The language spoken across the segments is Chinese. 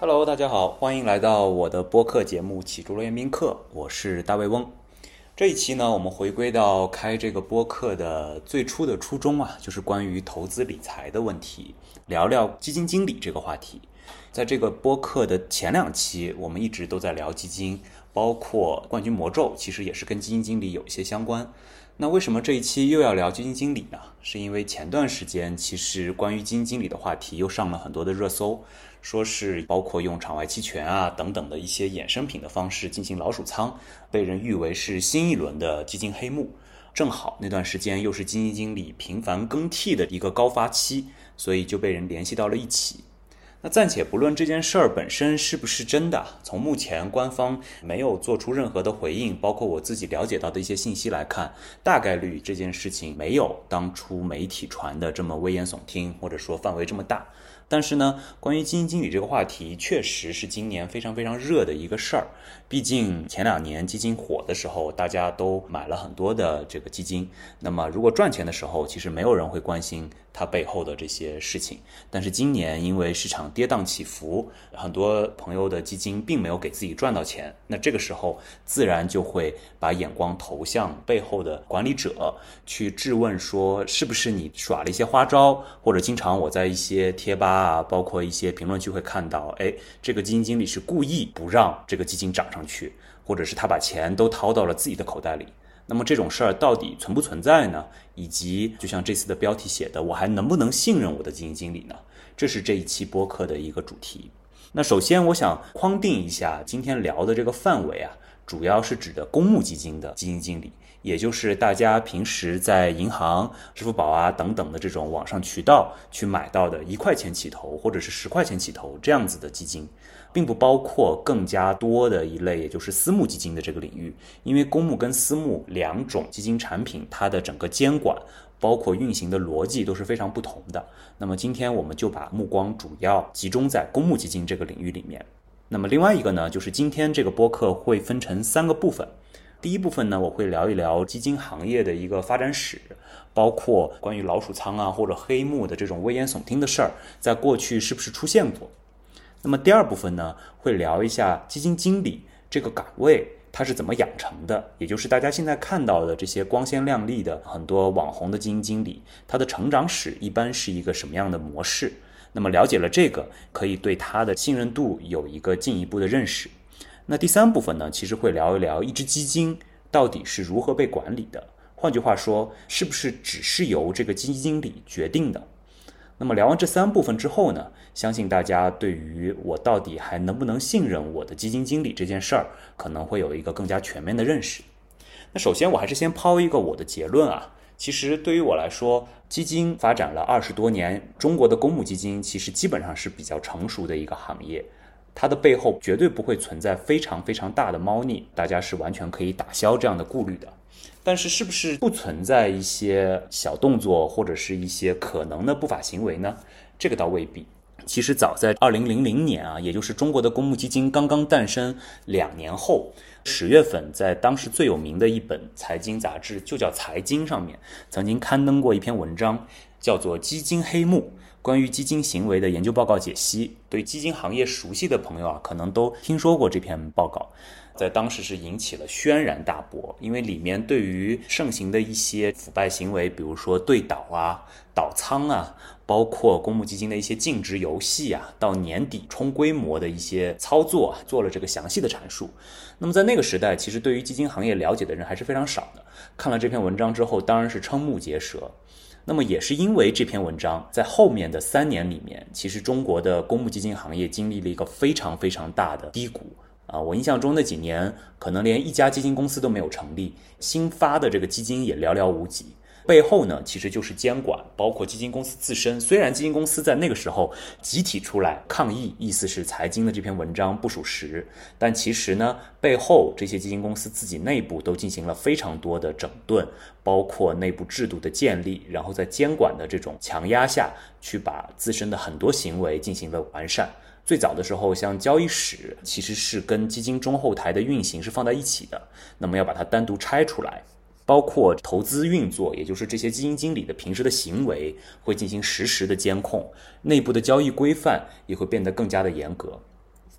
Hello，大家好，欢迎来到我的播客节目《启朱罗言宾客》，我是大卫翁。这一期呢，我们回归到开这个播客的最初的初衷啊，就是关于投资理财的问题，聊聊基金经理这个话题。在这个播客的前2期，我们一直都在聊基金，包括冠军魔咒，其实也是跟基金经理有一些相关。那为什么这一期又要聊基金经理呢？是因为前段时间其实关于基金经理的话题又上了很多的热搜，说是包括用场外期权啊等等的一些衍生品的方式进行老鼠仓，被人誉为是新一轮的基金黑幕。正好那段时间又是基金经理频繁更替的一个高发期，所以就被人联系到了一起。那暂且不论这件事儿本身是不是真的，从目前官方没有做出任何的回应，包括我自己了解到的一些信息来看，大概率这件事情没有当初媒体传的这么危言耸听，或者说范围这么大。但是呢，关于基金经理这个话题确实是今年非常非常热的一个事儿。毕竟前2年基金火的时候，大家都买了很多的这个基金，那么如果赚钱的时候，其实没有人会关心它背后的这些事情。但是今年因为市场跌宕起伏，很多朋友的基金并没有给自己赚到钱，那这个时候自然就会把眼光投向背后的管理者，去质问说是不是你耍了一些花招，或者经常我在一些贴吧啊，包括一些评论区会看到，这个基金经理是故意不让这个基金涨上去，或者是他把钱都掏到了自己的口袋里。那么这种事儿到底存不存在呢？以及就像这次的标题写的，我还能不能信任我的基金经理呢？这是这一期播客的一个主题。那首先我想框定一下今天聊的这个范围啊，主要是指的公募基金的基金经理，也就是大家平时在银行、支付宝啊等等的这种网上渠道去买到的1块钱起投或者是10块钱起投这样子的基金，并不包括更加多的一类，也就是私募基金的这个领域。因为公募跟私募2种基金产品，它的整个监管包括运行的逻辑都是非常不同的。那么今天我们就把目光主要集中在公募基金这个领域里面。那么另外一个呢，就是今天这个播客会分成3个部分。第一部分呢，我会聊一聊基金行业的一个发展史，包括关于老鼠仓啊或者黑幕的这种危言耸听的事儿，在过去是不是出现过。那么第二部分呢，会聊一下基金经理这个岗位它是怎么养成的，也就是大家现在看到的这些光鲜亮丽的很多网红的基金经理，他的成长史一般是一个什么样的模式。那么了解了这个，可以对他的信任度有一个进一步的认识。那第3部分呢，其实会聊一聊一只基金到底是如何被管理的，换句话说，是不是只是由这个基金经理决定的。那么聊完这3部分之后呢，相信大家对于我到底还能不能信任我的基金经理这件事儿，可能会有一个更加全面的认识。那首先我还是先抛一个我的结论啊，其实对于我来说，基金发展了20多年，中国的公募基金其实基本上是比较成熟的一个行业，它的背后绝对不会存在非常非常大的猫腻，大家是完全可以打消这样的顾虑的。但是是不是不存在一些小动作或者是一些可能的不法行为呢？这个倒未必。其实早在2000年啊，也就是中国的公募基金刚刚诞生2年后，10月份在当时最有名的一本财经杂志就叫《财经》上面曾经刊登过一篇文章，叫做《基金黑幕：关于基金行为的研究报告解析》。对基金行业熟悉的朋友啊，可能都听说过这篇报告。在当时是引起了轩然大波，因为里面对于盛行的一些腐败行为，比如说对倒啊、倒仓啊，包括公募基金的一些净值游戏啊，到年底冲规模的一些操作啊，做了这个详细的阐述。那么在那个时代，其实对于基金行业了解的人还是非常少的。看了这篇文章之后，当然是瞠目结舌。那么也是因为这篇文章，在后面的3年里面，其实中国的公募基金行业经历了一个非常非常大的低谷。我印象中那几年可能连一家基金公司都没有成立，新发的这个基金也寥寥无几。背后呢，其实就是监管，包括基金公司自身。虽然基金公司在那个时候集体出来抗议，意思是财经的这篇文章不属实，但其实呢，背后这些基金公司自己内部都进行了非常多的整顿，包括内部制度的建立，然后在监管的这种强压下去把自身的很多行为进行了完善。最早的时候，像交易室其实是跟基金中后台的运行是放在一起的，那么要把它单独拆出来，包括投资运作，也就是这些基金经理的平时的行为会进行实时的监控，内部的交易规范也会变得更加的严格。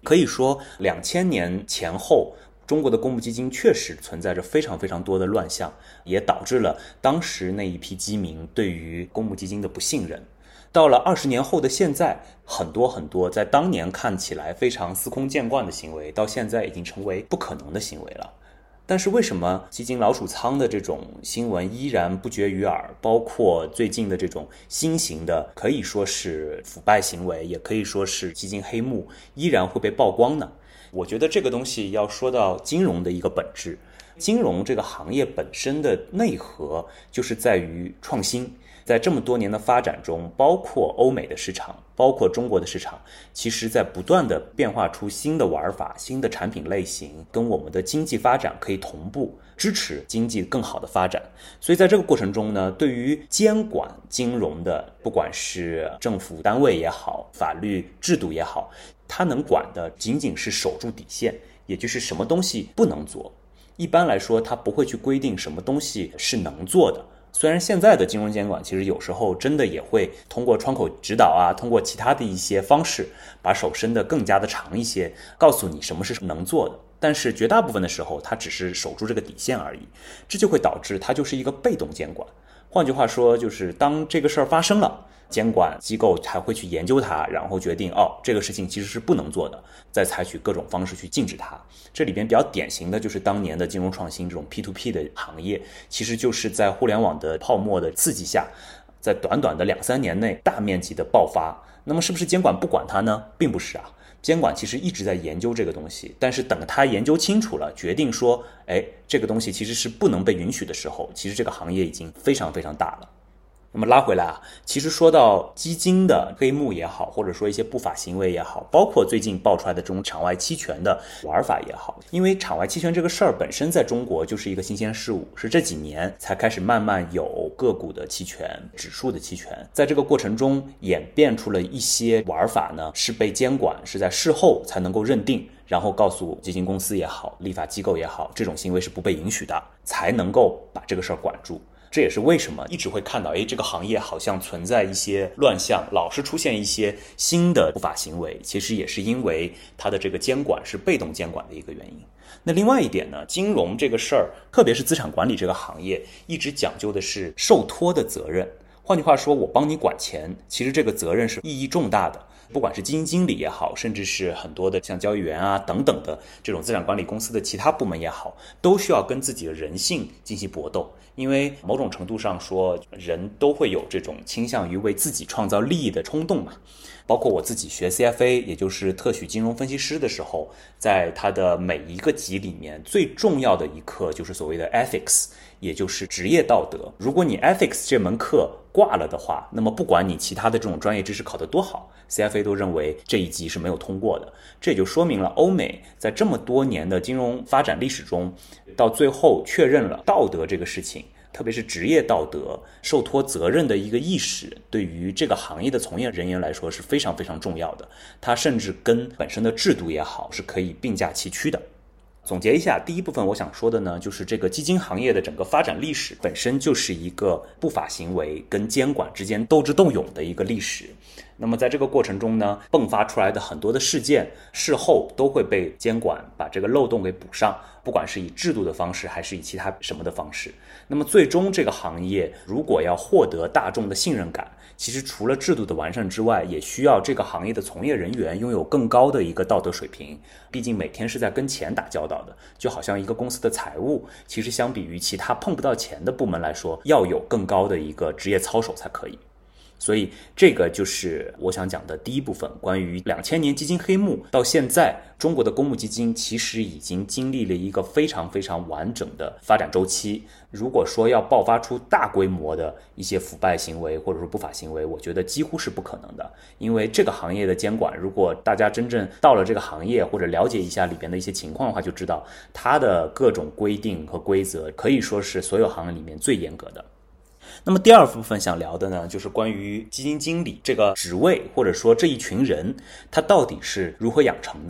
可以说2000年前后中国的公募基金确实存在着非常非常多的乱象，也导致了当时那一批基民对于公募基金的不信任。到了20年后的现在，很多在当年看起来非常司空见惯的行为，到现在已经成为不可能的行为了。但是为什么基金老鼠仓的这种新闻依然不绝于耳，包括最近的这种新型的可以说是腐败行为，也可以说是基金黑幕依然会被曝光呢？我觉得这个东西要说到金融的一个本质，金融这个行业本身的内核就是在于创新。在这么多年的发展中，包括欧美的市场，包括中国的市场，其实在不断的变化出新的玩法、新的产品类型，跟我们的经济发展可以同步，支持经济更好的发展。所以在这个过程中呢，对于监管金融的，不管是政府单位也好，法律制度也好，它能管的仅仅是守住底线，也就是什么东西不能做。一般来说，它不会去规定什么东西是能做的。虽然现在的金融监管其实有时候真的也会通过窗口指导啊，通过其他的一些方式，把手伸得更加的长一些，告诉你什么是能做的。但是绝大部分的时候，它只是守住这个底线而已，这就会导致它就是一个被动监管。换句话说，就是当这个事儿发生了，监管机构才会去研究它，然后决定这个事情其实是不能做的，再采取各种方式去禁止它。这里边比较典型的就是当年的金融创新这种 P2P 的行业，其实就是在互联网的泡沫的刺激下，在短短的2-3年内大面积的爆发。那么是不是监管不管它呢？并不是啊，监管其实一直在研究这个东西，但是等它研究清楚了，决定说这个东西其实是不能被允许的时候，其实这个行业已经非常非常大了。那么拉回来其实说到基金的黑幕也好，或者说一些不法行为也好，包括最近爆出来的这种场外期权的玩法也好，因为场外期权这个事儿本身在中国就是一个新鲜事物，是这几年才开始慢慢有个股的期权、指数的期权，在这个过程中演变出了一些玩法呢，是被监管，是在事后才能够认定，然后告诉基金公司也好，立法机构也好，这种行为是不被允许的，才能够把这个事儿管住。这也是为什么一直会看到这个行业好像存在一些乱象，老是出现一些新的不法行为，其实也是因为它的这个监管是被动监管的一个原因。那另外一点呢，金融这个事儿，特别是资产管理这个行业，一直讲究的是受托的责任。换句话说，我帮你管钱，其实这个责任是意义重大的。不管是基金经理也好，甚至是很多的像交易员啊等等的这种资产管理公司的其他部门也好，都需要跟自己的人性进行搏斗。因为某种程度上说，人都会有这种倾向于为自己创造利益的冲动嘛。包括我自己学 CFA， 也就是特许金融分析师的时候，在它的每一个级里面，最重要的一课就是所谓的 ethics， 也就是职业道德。如果你 ethics 这门课挂了的话，那么不管你其他的这种专业知识考得多好， CFA 都认为这一级是没有通过的。这也就说明了欧美在这么多年的金融发展历史中，到最后确认了道德这个事情，特别是职业道德、受托责任的一个意识，对于这个行业的从业人员来说是非常非常重要的。它甚至跟本身的制度也好，是可以并驾齐驱的。总结一下，第一部分我想说的呢，就是这个基金行业的整个发展历史本身就是一个不法行为跟监管之间斗智斗勇的一个历史。那么在这个过程中呢，迸发出来的很多的事件，事后都会被监管把这个漏洞给补上，不管是以制度的方式，还是以其他什么的方式。那么最终这个行业如果要获得大众的信任感，其实除了制度的完善之外，也需要这个行业的从业人员拥有更高的一个道德水平。毕竟每天是在跟钱打交道的，就好像一个公司的财务，其实相比于其他碰不到钱的部门来说，要有更高的一个职业操守才可以。所以这个就是我想讲的第一部分，关于2000年基金黑幕到现在，中国的公募基金其实已经经历了一个非常非常完整的发展周期。如果说要爆发出大规模的一些腐败行为或者说不法行为，我觉得几乎是不可能的。因为这个行业的监管，如果大家真正到了这个行业或者了解一下里边的一些情况的话，就知道它的各种规定和规则可以说是所有行业里面最严格的。那么第二部分想聊的呢，就是关于基金经理这个职位，或者说这一群人他到底是如何养成的。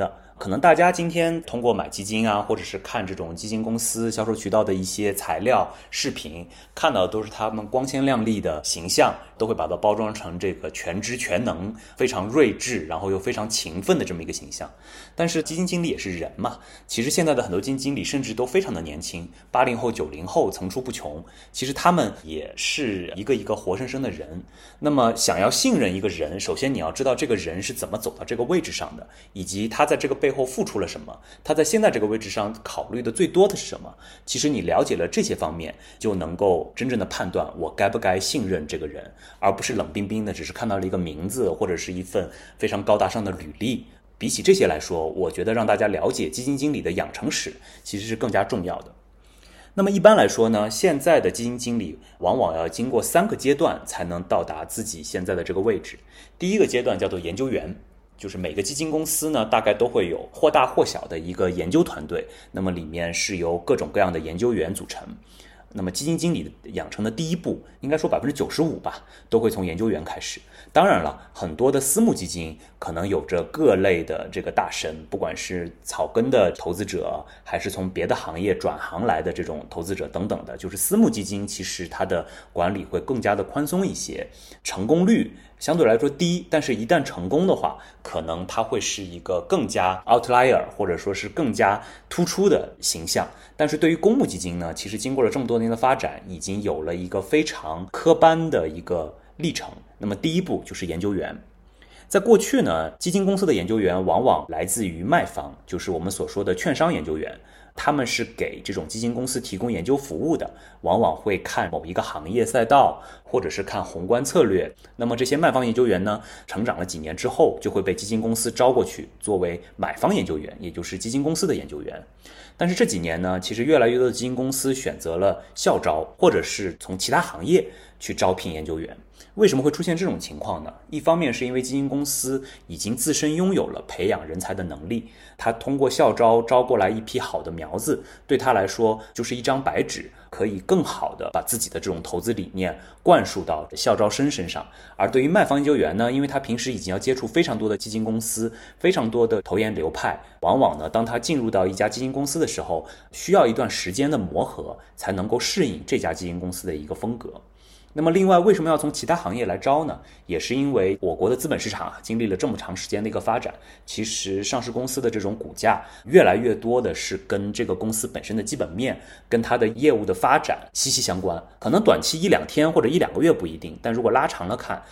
可能大家今天通过买基金啊，或者是看这种基金公司销售渠道的一些材料、视频，看到的都是他们光鲜亮丽的形象，都会把它包装成这个全知全能、非常睿智，然后又非常勤奋的这么一个形象。但是基金经理也是人嘛，其实现在的很多基金经理甚至都非常的年轻，80后、90后层出不穷。其实他们也是一个一个活生生的人。那么想要信任一个人，首先你要知道这个人是怎么走到这个位置上的，以及他在这个背后付出了什么，他在现在这个位置上考虑的最多的是什么。其实你了解了这些方面，就能够真正的判断我该不该信任这个人，而不是冷冰冰的只是看到了一个名字或者是一份非常高大上的履历。比起这些来说，我觉得让大家了解基金经理的养成史其实是更加重要的。那么一般来说呢，现在的基金经理往往要经过3个阶段才能到达自己现在的这个位置。第一个阶段叫做研究员，就是每个基金公司呢，大概都会有或大或小的一个研究团队，那么里面是由各种各样的研究员组成。那么基金经理的养成的第一步，应该说95%吧，都会从研究员开始。当然了，很多的私募基金可能有着各类的这个大神，不管是草根的投资者，还是从别的行业转行来的这种投资者等等的，就是私募基金其实它的管理会更加的宽松一些，成功率相对来说低，但是一旦成功的话，可能它会是一个更加 outlier 或者说是更加突出的形象。但是对于公募基金呢，其实经过了这么多年的发展，已经有了一个非常科班的一个历程。那么第一步就是研究员。在过去呢，基金公司的研究员往往来自于卖方，就是我们所说的券商研究员，他们是给这种基金公司提供研究服务的，往往会看某一个行业赛道，或者是看宏观策略。那么这些卖方研究员呢，成长了几年之后，就会被基金公司招过去作为买方研究员，也就是基金公司的研究员。但是这几年呢，其实越来越多的基金公司选择了校招，或者是从其他行业去招聘研究员。为什么会出现这种情况呢？一方面是因为基金公司已经自身拥有了培养人才的能力，他通过校招招过来一批好的苗子，对他来说就是一张白纸，可以更好的把自己的这种投资理念灌输到校招生身上。而对于卖方研究员呢，因为他平时已经要接触非常多的基金公司，非常多的投研流派，往往呢，当他进入到一家基金公司的时候，需要一段时间的磨合，才能够适应这家基金公司的一个风格。那么另外，为什么要从其他行业来招呢？也是因为我国的资本市场经历了这么长时间的一个发展，其实上市公司的这种股价越来越多的是跟这个公司本身的基本面，跟它的业务的发展息息相关。可能短期1-2天或者1-2个月不一定，但如果拉长了看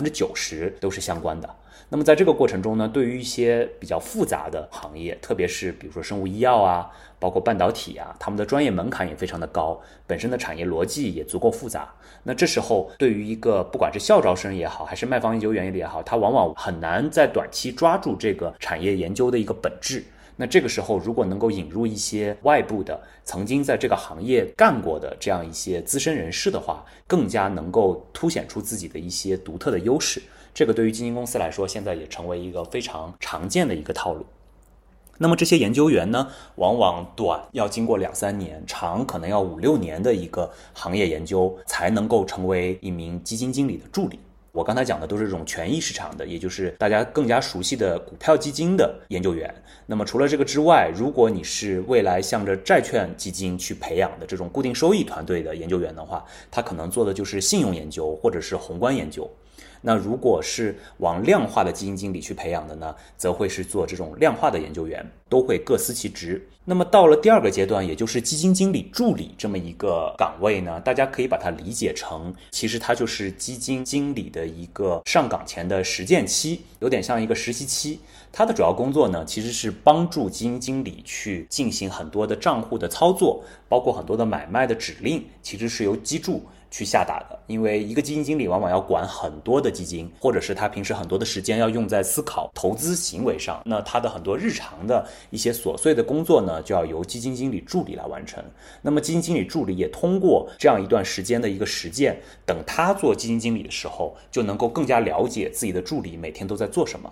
，90%都是相关的。那么在这个过程中呢，对于一些比较复杂的行业，特别是比如说生物医药啊，包括半导体啊，他们的专业门槛也非常的高，本身的产业逻辑也足够复杂。那这时候对于一个不管是校招生也好，还是卖方研究员也好，他往往很难在短期抓住这个产业研究的一个本质。那这个时候如果能够引入一些外部的曾经在这个行业干过的这样一些资深人士的话，更加能够凸显出自己的一些独特的优势。这个对于基金公司来说，现在也成为一个非常常见的一个套路。那么这些研究员呢，往往短要经过2-3年，长可能要5-6年的一个行业研究，才能够成为一名基金经理的助理。我刚才讲的都是这种权益市场的，也就是大家更加熟悉的股票基金的研究员。那么除了这个之外，如果你是未来向着债券基金去培养的这种固定收益团队的研究员的话，他可能做的就是信用研究或者是宏观研究。那如果是往量化的基金经理去培养的呢，则会是做这种量化的研究员，都会各司其职。那么到了第2个阶段，也就是基金经理助理这么一个岗位呢，大家可以把它理解成，其实它就是基金经理的一个上岗前的实践期，有点像一个实习期。它的主要工作呢，其实是帮助基金经理去进行很多的账户的操作，包括很多的买卖的指令，其实是由基助去下达的。因为一个基金经理往往要管很多的基金，或者是他平时很多的时间要用在思考投资行为上，那他的很多日常的一些琐碎的工作呢，就要由基金经理助理来完成。那么基金经理助理也通过这样一段时间的一个实践，等他做基金经理的时候，就能够更加了解自己的助理每天都在做什么。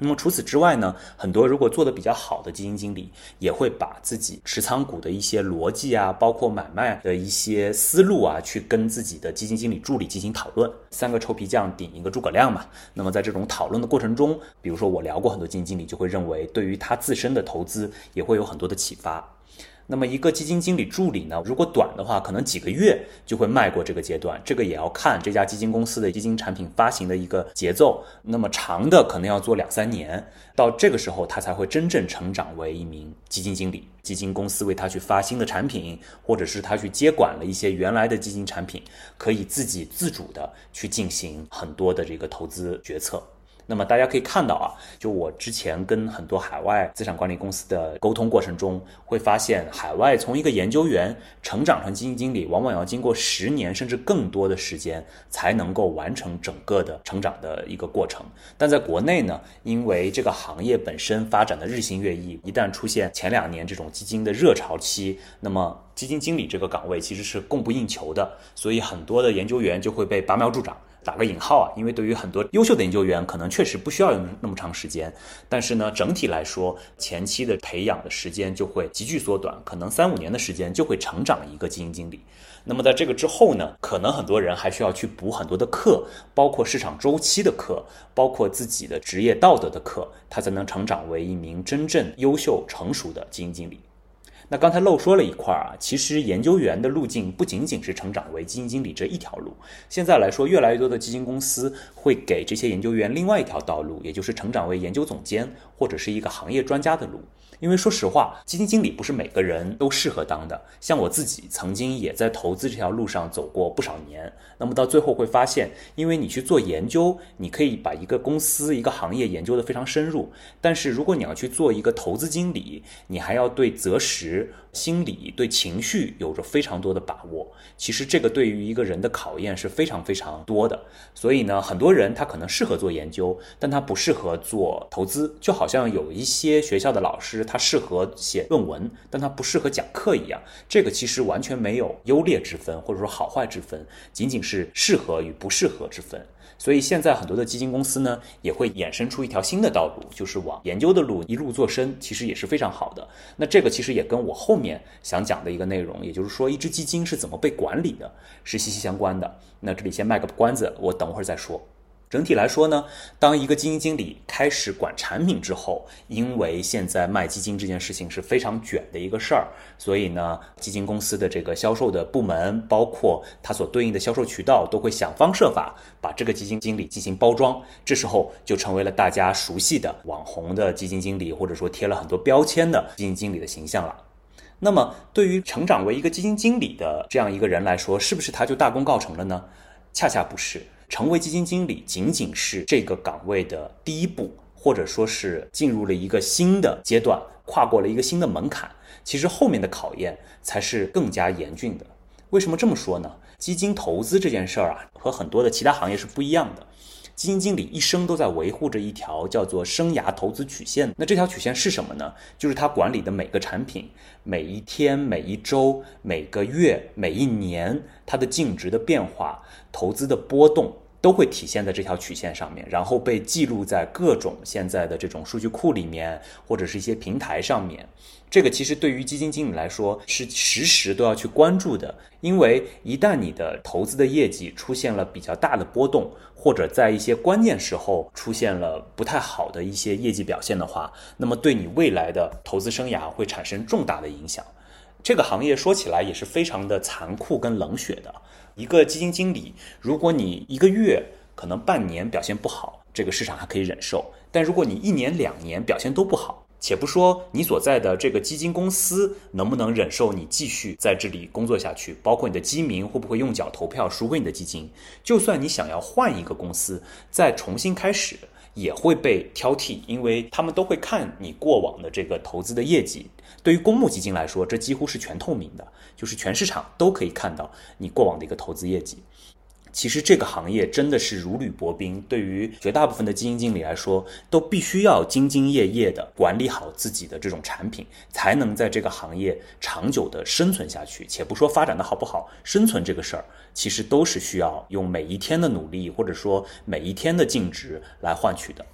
那么除此之外呢，很多如果做得比较好的基金经理也会把自己持仓股的一些逻辑啊，包括买卖的一些思路啊，去跟自己的基金经理助理进行讨论。三个臭皮匠顶一个诸葛亮嘛。那么在这种讨论的过程中，比如说我聊过很多基金经理就会认为对于他自身的投资也会有很多的启发。那么一个基金经理助理呢，如果短的话可能几个月就会迈过这个阶段，这个也要看这家基金公司的基金产品发行的一个节奏。那么长的可能要做2-3年，到这个时候他才会真正成长为一名基金经理。基金公司为他去发新的产品，或者是他去接管了一些原来的基金产品，可以自己自主的去进行很多的这个投资决策。那么大家可以看到啊，就我之前跟很多海外资产管理公司的沟通过程中，会发现海外从一个研究员成长成基金经理，往往要经过10年甚至更多的时间才能够完成整个的成长的一个过程。但在国内呢，因为这个行业本身发展的日新月异，一旦出现前2年这种基金的热潮期，那么基金经理这个岗位其实是供不应求的，所以很多的研究员就会被拔苗助长。打个引号啊，因为对于很多优秀的研究员可能确实不需要那么长时间，但是呢，整体来说前期的培养的时间就会急剧缩短，可能3-5年的时间就会成长一个基金经理。那么在这个之后呢，可能很多人还需要去补很多的课，包括市场周期的课，包括自己的职业道德的课，他才能成长为一名真正优秀成熟的基金经理。那刚才漏说了一块啊，其实研究员的路径不仅仅是成长为基金经理这一条路，现在来说越来越多的基金公司会给这些研究员另外一条道路，也就是成长为研究总监或者是一个行业专家的路。因为说实话，基金经理不是每个人都适合当的，像我自己曾经也在投资这条路上走过不少年，那么到最后会发现，因为你去做研究，你可以把一个公司一个行业研究得非常深入，但是如果你要去做一个投资经理，你还要对择时、心理、对情绪有着非常多的把握，其实这个对于一个人的考验是非常非常多的。所以呢，很多人他可能适合做研究，但他不适合做投资，就好像有一些学校的老师他适合写论文，但他不适合讲课一样，这个其实完全没有优劣之分，或者说好坏之分，仅仅是适合与不适合之分。所以现在很多的基金公司呢，也会衍生出一条新的道路，就是往研究的路一路做深，其实也是非常好的。那这个其实也跟我后面想讲的一个内容，也就是说一只基金是怎么被管理的，是息息相关的。那这里先卖个关子，我等会儿再说。整体来说呢，当一个基金经理开始管产品之后，因为现在卖基金这件事情是非常卷的一个事儿，所以呢，基金公司的这个销售的部门，包括它所对应的销售渠道，都会想方设法把这个基金经理进行包装。这时候就成为了大家熟悉的网红的基金经理，或者说贴了很多标签的基金经理的形象了。那么对于成长为一个基金经理的这样一个人来说，是不是他就大功告成了呢？恰恰不是。成为基金经理仅仅是这个岗位的第一步，或者说是进入了一个新的阶段，跨过了一个新的门槛，其实后面的考验才是更加严峻的。为什么这么说呢？基金投资这件事儿啊，和很多的其他行业是不一样的。基金经理一生都在维护着一条叫做生涯投资曲线。那这条曲线是什么呢？就是他管理的每个产品，每一天、每一周、每个月、每一年，它的净值的变化、投资的波动都会体现在这条曲线上面，然后被记录在各种现在的这种数据库里面，或者是一些平台上面。这个其实对于基金经理来说是时时都要去关注的，因为一旦你的投资的业绩出现了比较大的波动，或者在一些关键时候出现了不太好的一些业绩表现的话，那么对你未来的投资生涯会产生重大的影响。这个行业说起来也是非常的残酷跟冷血的。一个基金经理，如果你1个月可能半年表现不好，这个市场还可以忍受，但如果你1年2年表现都不好，且不说你所在的这个基金公司能不能忍受你继续在这里工作下去，包括你的基民会不会用脚投票赎回你的基金，就算你想要换一个公司再重新开始，也会被挑剔，因为他们都会看你过往的这个投资的业绩。对于公募基金来说，这几乎是全透明的，就是全市场都可以看到你过往的一个投资业绩。其实这个行业真的是如履薄冰，对于绝大部分的基金经理来说，都必须要兢兢业业的管理好自己的这种产品，才能在这个行业长久的生存下去。且不说发展的好不好，生存这个事儿，其实都是需要用每一天的努力，或者说每一天的净值来换取的。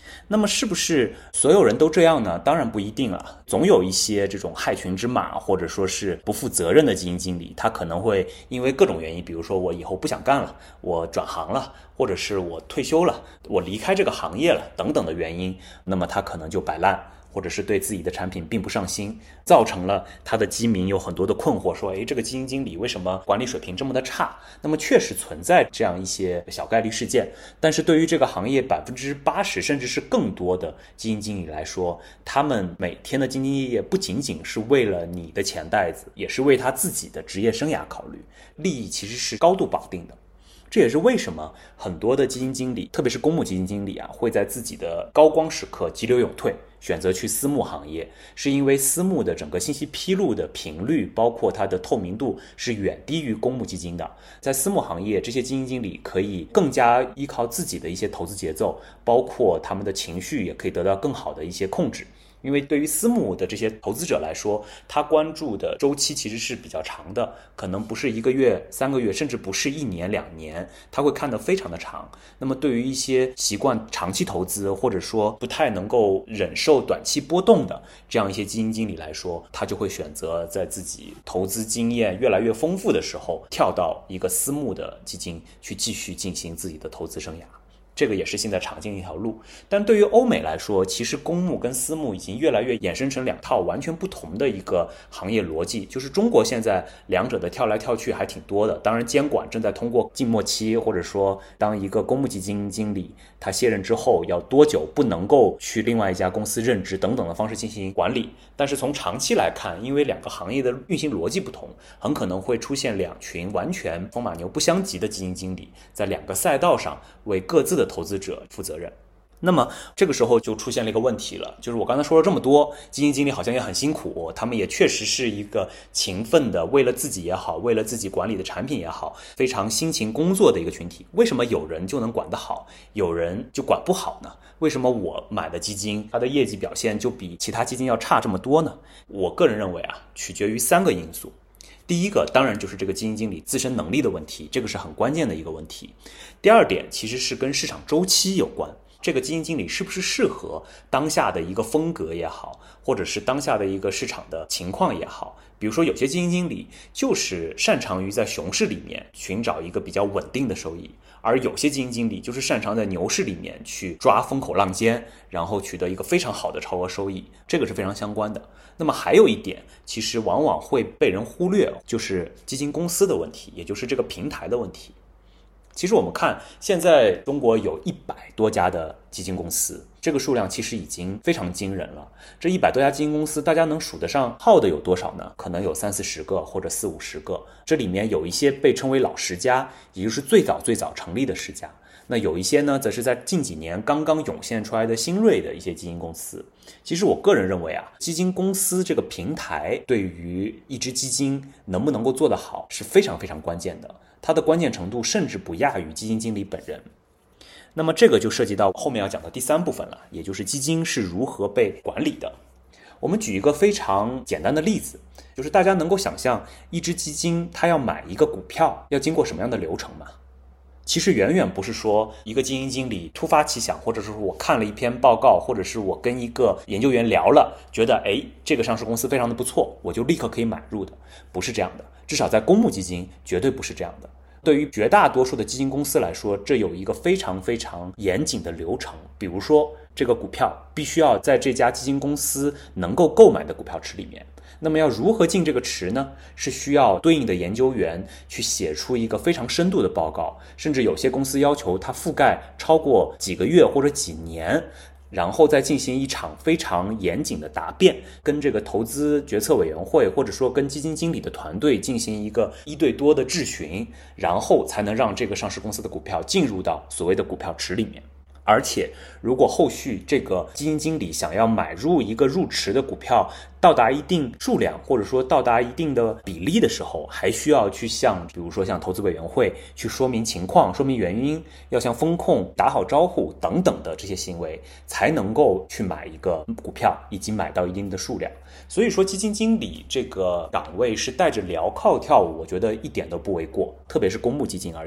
那么是不是所有人都这样呢？当然不一定啊，总有一些这种害群之马，或者说是不负责任的基金经理，他可能会因为各种原因，比如说我以后不想干了，我转行了，或者是我退休了，我离开这个行业了等等的原因，那么他可能就摆烂，或者是对自己的产品并不上心，造成了他的基民有很多的困惑，说这个基金经理为什么管理水平这么的差？那么确实存在这样一些小概率事件，但是对于这个行业80%甚至是更多的基金经理来说，他们每天的兢兢业业不仅仅是为了你的钱袋子，也是为他自己的职业生涯考虑，利益其实是高度绑定的。这也是为什么很多的基金经理，特别是公募基金经理会在自己的高光时刻急流勇退，选择去私募行业，是因为私募的整个信息披露的频率，包括它的透明度是远低于公募基金的。在私募行业，这些基金经理可以更加依靠自己的一些投资节奏，包括他们的情绪也可以得到更好的一些控制。因为对于私募的这些投资者来说，他关注的周期其实是比较长的，可能不是1个月、3个月，甚至不是1年、2年，他会看得非常的长。那么对于一些习惯长期投资，或者说不太能够忍受短期波动的这样一些基金经理来说，他就会选择在自己投资经验越来越丰富的时候，跳到一个私募的基金去继续进行自己的投资生涯。这个也是现在常见的一条路，但对于欧美来说，其实公募跟私募已经越来越衍生成2套完全不同的一个行业逻辑。就是中国现在两者的跳来跳去还挺多的，当然监管正在通过静默期，或者说当一个公募基金经理他卸任之后要多久不能够去另外一家公司任职等等的方式进行管理。但是从长期来看，因为2个行业的运行逻辑不同，很可能会出现2群完全风马牛不相及的基金经理，在2个赛道上为各自的投资者负责任。那么这个时候就出现了一个问题了，就是我刚才说了这么多，基金经理好像也很辛苦，他们也确实是一个勤奋的，为了自己也好，为了自己管理的产品也好，非常辛勤工作的一个群体。为什么有人就能管得好，有人就管不好呢？为什么我买的基金它的业绩表现就比其他基金要差这么多呢？我个人认为取决于3个因素。第一个当然就是这个基金经理自身能力的问题，这个是很关键的一个问题。第二点其实是跟市场周期有关，这个基金经理是不是适合当下的一个风格也好，或者是当下的一个市场的情况也好。比如说有些基金经理就是擅长于在熊市里面寻找一个比较稳定的收益，而有些基金经理就是擅长在牛市里面去抓风口浪尖，然后取得一个非常好的超额收益，这个是非常相关的。那么还有一点其实往往会被人忽略，就是基金公司的问题，也就是这个平台的问题。其实我们看现在中国有100多家的基金公司，这个数量其实已经非常惊人了。这100多家基金公司大家能数得上号的有多少呢？可能有30-40个或者40-50个，这里面有一些被称为老十家，也就是最早成立的十家。那有一些呢则是在近几年刚刚涌现出来的新锐的一些基金公司。其实我个人认为基金公司这个平台对于一只基金能不能够做得好是非常非常关键的，它的关键程度甚至不亚于基金经理本人。那么这个就涉及到后面要讲的第3部分了，也就是基金是如何被管理的。我们举一个非常简单的例子，就是大家能够想象一只基金它要买一个股票要经过什么样的流程吗？其实远远不是说一个基金经理突发奇想，或者是我看了一篇报告，或者是我跟一个研究员聊了，觉得这个上市公司非常的不错，我就立刻可以买入的，不是这样的。至少在公募基金绝对不是这样的。对于绝大多数的基金公司来说，这有一个非常非常严谨的流程。比如说这个股票必须要在这家基金公司能够购买的股票池里面，那么要如何进这个池呢？是需要对应的研究员去写出一个非常深度的报告，甚至有些公司要求它覆盖超过几个月或者几年，然后再进行一场非常严谨的答辩，跟这个投资决策委员会或者说跟基金经理的团队进行一个1对多的质询，然后才能让这个上市公司的股票进入到所谓的股票池里面。而且如果后续这个基金经理想要买入一个入池的股票到达一定数量，或者说到达一定的比例的时候，还需要去比如说向投资委员会去说明情况，说明原因，要向风控打好招呼等等的这些行为，才能够去买一个股票，以及买到一定的数量。所以说基金经理这个岗位是带着镣铐跳舞，我觉得一点都不为过，特别是公募基金而言。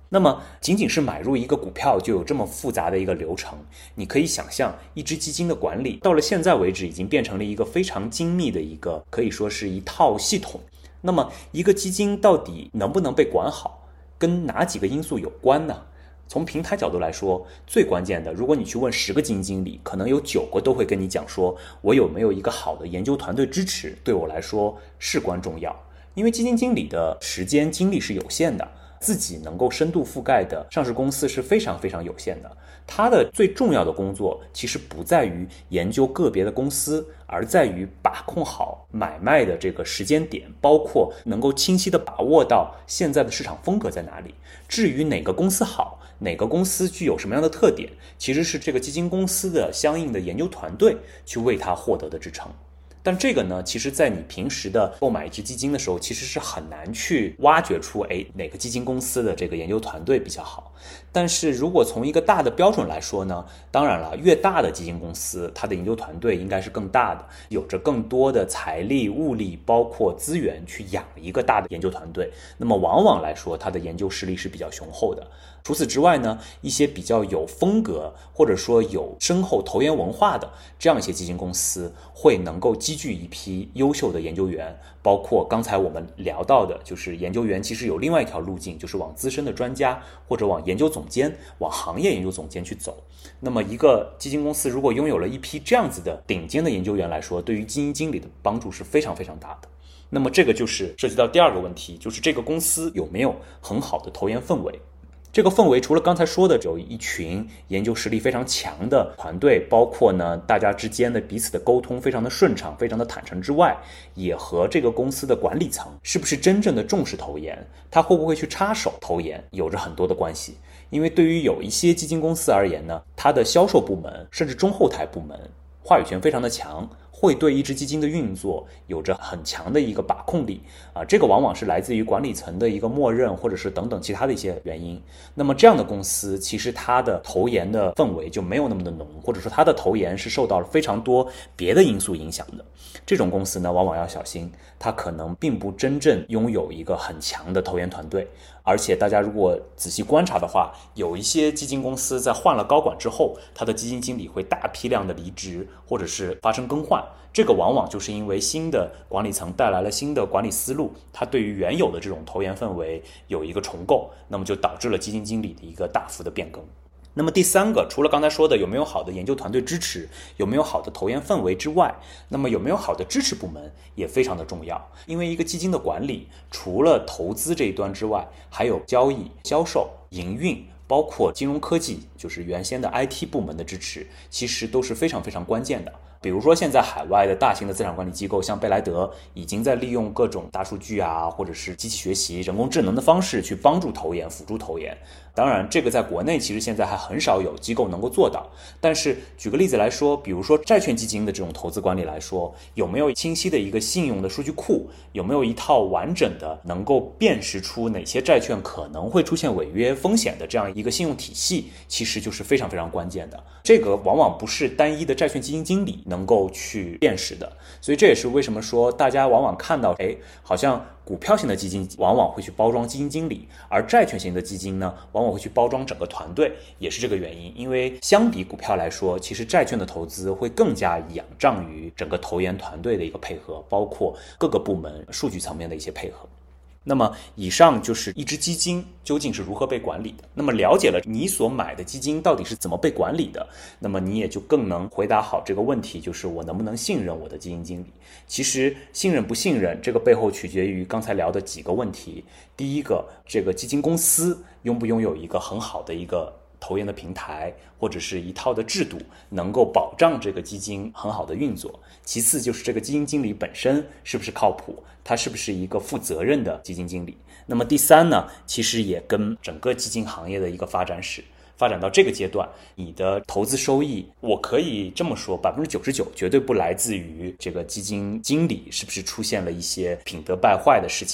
那么仅仅是买入一个股票就有这么复杂的一个流程，你可以想象一只基金的管理到了现在为止已经变成了一个非常精密的一个，可以说是一套系统。那么一个基金到底能不能被管好，跟哪几个因素有关呢？从平台角度来说，最关键的，如果你去问10个基金经理，可能有9个都会跟你讲说，我有没有一个好的研究团队支持，对我来说事关重要。因为基金经理的时间精力是有限的，自己能够深度覆盖的上市公司是非常非常有限的。他的最重要的工作其实不在于研究个别的公司，而在于把控好买卖的这个时间点，包括能够清晰地把握到现在的市场风格在哪里。至于哪个公司好，哪个公司具有什么样的特点，其实是这个基金公司的相应的研究团队去为它获得的支撑。但这个呢，其实在你平时的购买一只基金的时候，其实是很难去挖掘出哪个基金公司的这个研究团队比较好。但是如果从一个大的标准来说呢，当然了，越大的基金公司，它的研究团队应该是更大的，有着更多的财力、物力，包括资源去养一个大的研究团队。那么往往来说，它的研究实力是比较雄厚的。除此之外呢，一些比较有风格或者说有深厚投研文化的这样一些基金公司，会能够积聚一批优秀的研究员，包括刚才我们聊到的，就是研究员其实有另外一条路径，就是往资深的专家或者往研究总监、往行业研究总监去走。那么一个基金公司如果拥有了一批这样子的顶尖的研究员来说，对于基金经理的帮助是非常非常大的。那么这个就是涉及到第二个问题，就是这个公司有没有很好的投研氛围。这个氛围除了刚才说的有一群研究实力非常强的团队，包括呢大家之间的彼此的沟通非常的顺畅，非常的坦诚之外，也和这个公司的管理层是不是真正的重视投研，他会不会去插手投研，有着很多的关系。因为对于有一些基金公司而言呢，它的销售部门甚至中后台部门话语权非常的强，会对一只基金的运作有着很强的一个把控力这个往往是来自于管理层的一个默认，或者是等等其他的一些原因。那么这样的公司其实它的投研的氛围就没有那么的浓，或者说它的投研是受到了非常多别的因素影响的。这种公司呢，往往要小心，它可能并不真正拥有一个很强的投研团队。而且大家如果仔细观察的话，有一些基金公司在换了高管之后，它的基金经理会大批量的离职，或者是发生更换。这个往往就是因为新的管理层带来了新的管理思路，它对于原有的这种投研氛围有一个重构，那么就导致了基金经理的一个大幅的变更。那么第三个，除了刚才说的有没有好的研究团队支持，有没有好的投研氛围之外，那么有没有好的支持部门也非常的重要。因为一个基金的管理，除了投资这一端之外，还有交易、销售、营运，包括金融科技，就是原先的 IT 部门的支持，其实都是非常非常关键的。比如说现在海外的大型的资产管理机构，像贝莱德已经在利用各种大数据或者是机器学习、人工智能的方式去帮助投研、辅助投研。当然这个在国内其实现在还很少有机构能够做到，但是举个例子来说，比如说债券基金的这种投资管理来说，有没有清晰的一个信用的数据库，有没有一套完整的能够辨识出哪些债券可能会出现违约风险的这样一个信用体系，其实就是非常非常关键的。这个往往不是单一的债券基金经理能够去辨识的。所以这也是为什么说大家往往看到好像股票型的基金往往会去包装基金经理，而债券型的基金呢，往往会去包装整个团队，也是这个原因。因为相比股票来说，其实债券的投资会更加仰仗于整个投研团队的一个配合，包括各个部门数据层面的一些配合。那么以上就是一只基金究竟是如何被管理的。那么了解了你所买的基金到底是怎么被管理的，那么你也就更能回答好这个问题，就是我能不能信任我的基金经理。其实信任不信任，这个背后取决于刚才聊的几个问题。第一个，这个基金公司拥不拥有一个很好的一个投研的平台，或者是一套的制度，能够保障这个基金很好的运作。其次就是这个基金经理本身是不是靠谱，他是不是一个负责任的基金经理。那么第三呢，其实也跟整个基金行业的一个发展史，发展到这个阶段，你的投资收益，我可以这么说，99%绝对不来自于这个基金经理是不是出现了一些品德败坏的事情，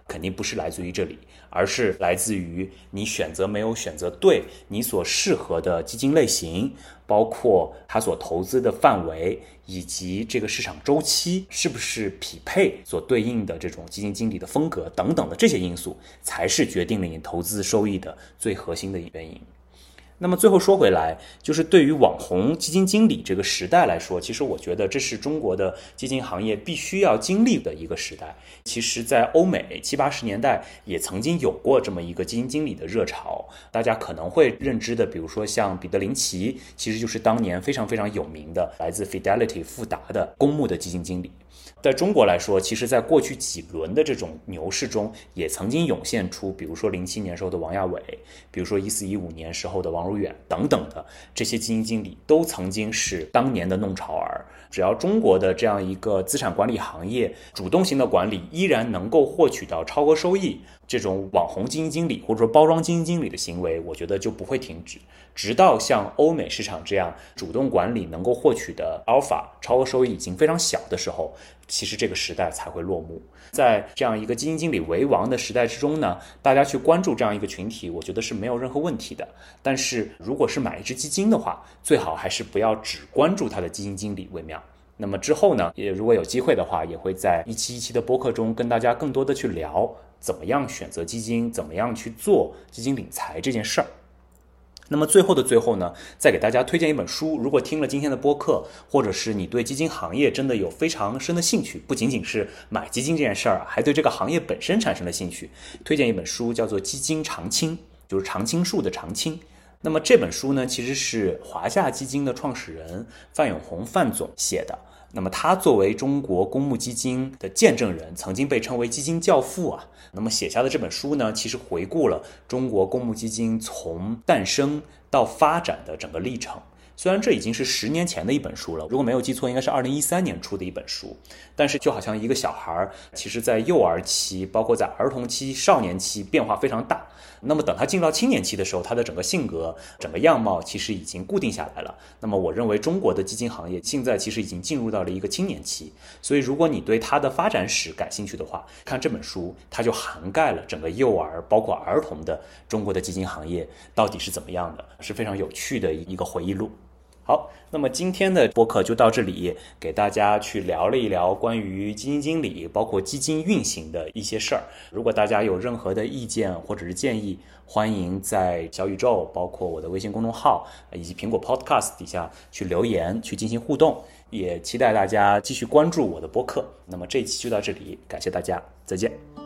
肯定不是来自于这里，而是来自于你选择没有选择对，你所适合的基金类型，包括它所投资的范围，以及这个市场周期是不是匹配所对应的这种基金经理的风格等等的这些因素，才是决定了你投资收益的最核心的原因。那么最后说回来，就是对于网红基金经理这个时代来说，其实我觉得这是中国的基金行业必须要经历的一个时代。其实在欧美70、80年代也曾经有过这么一个基金经理的热潮，大家可能会认知的，比如说像彼得林奇，其实就是当年非常非常有名的来自 Fidelity 富达的公募的基金经理。在中国来说，其实在过去几轮的这种牛市中，也曾经涌现出比如说07年时候的王亚伟，比如说14、15年时候的王如远等等的这些基金经理，都曾经是当年的弄潮儿。只要中国的这样一个资产管理行业主动型的管理依然能够获取到超额收益，这种网红基金经理或者说包装基金经理的行为，我觉得就不会停止，直到像欧美市场这样主动管理能够获取的 alpha 超额收益已经非常小的时候，其实这个时代才会落幕。在这样一个基金经理为王的时代之中呢，大家去关注这样一个群体，我觉得是没有任何问题的。但是如果是买一只基金的话，最好还是不要只关注它的基金经理为妙。那么之后呢，也如果有机会的话，也会在一期的播客中跟大家更多的去聊怎么样选择基金，怎么样去做基金理财这件事儿。那么最后的最后呢，再给大家推荐一本书。如果听了今天的播客，或者是你对基金行业真的有非常深的兴趣，不仅仅是买基金这件事儿，还对这个行业本身产生了兴趣，推荐一本书叫做《基金常青》，就是常青树的常青。那么这本书呢，其实是华夏基金的创始人范永红范总写的。那么他作为中国公募基金的见证人，曾经被称为基金教父啊。那么写下的这本书呢，其实回顾了中国公募基金从诞生到发展的整个历程。虽然这已经是10年前的一本书了，如果没有记错，应该是2013年出的一本书。但是就好像一个小孩，其实在幼儿期，包括在儿童期、少年期变化非常大。那么等他进到青年期的时候，他的整个性格、整个样貌其实已经固定下来了。那么我认为中国的基金行业现在其实已经进入到了一个青年期。所以如果你对它的发展史感兴趣的话，看这本书，它就涵盖了整个幼儿包括儿童的中国的基金行业到底是怎么样的，是非常有趣的一个回忆录。好，那么今天的播客就到这里，给大家去聊了一聊关于基金经理包括基金运行的一些事儿。如果大家有任何的意见或者是建议，欢迎在小宇宙包括我的微信公众号以及苹果 Podcast 底下去留言去进行互动，也期待大家继续关注我的播客。那么这一期就到这里，感谢大家，再见。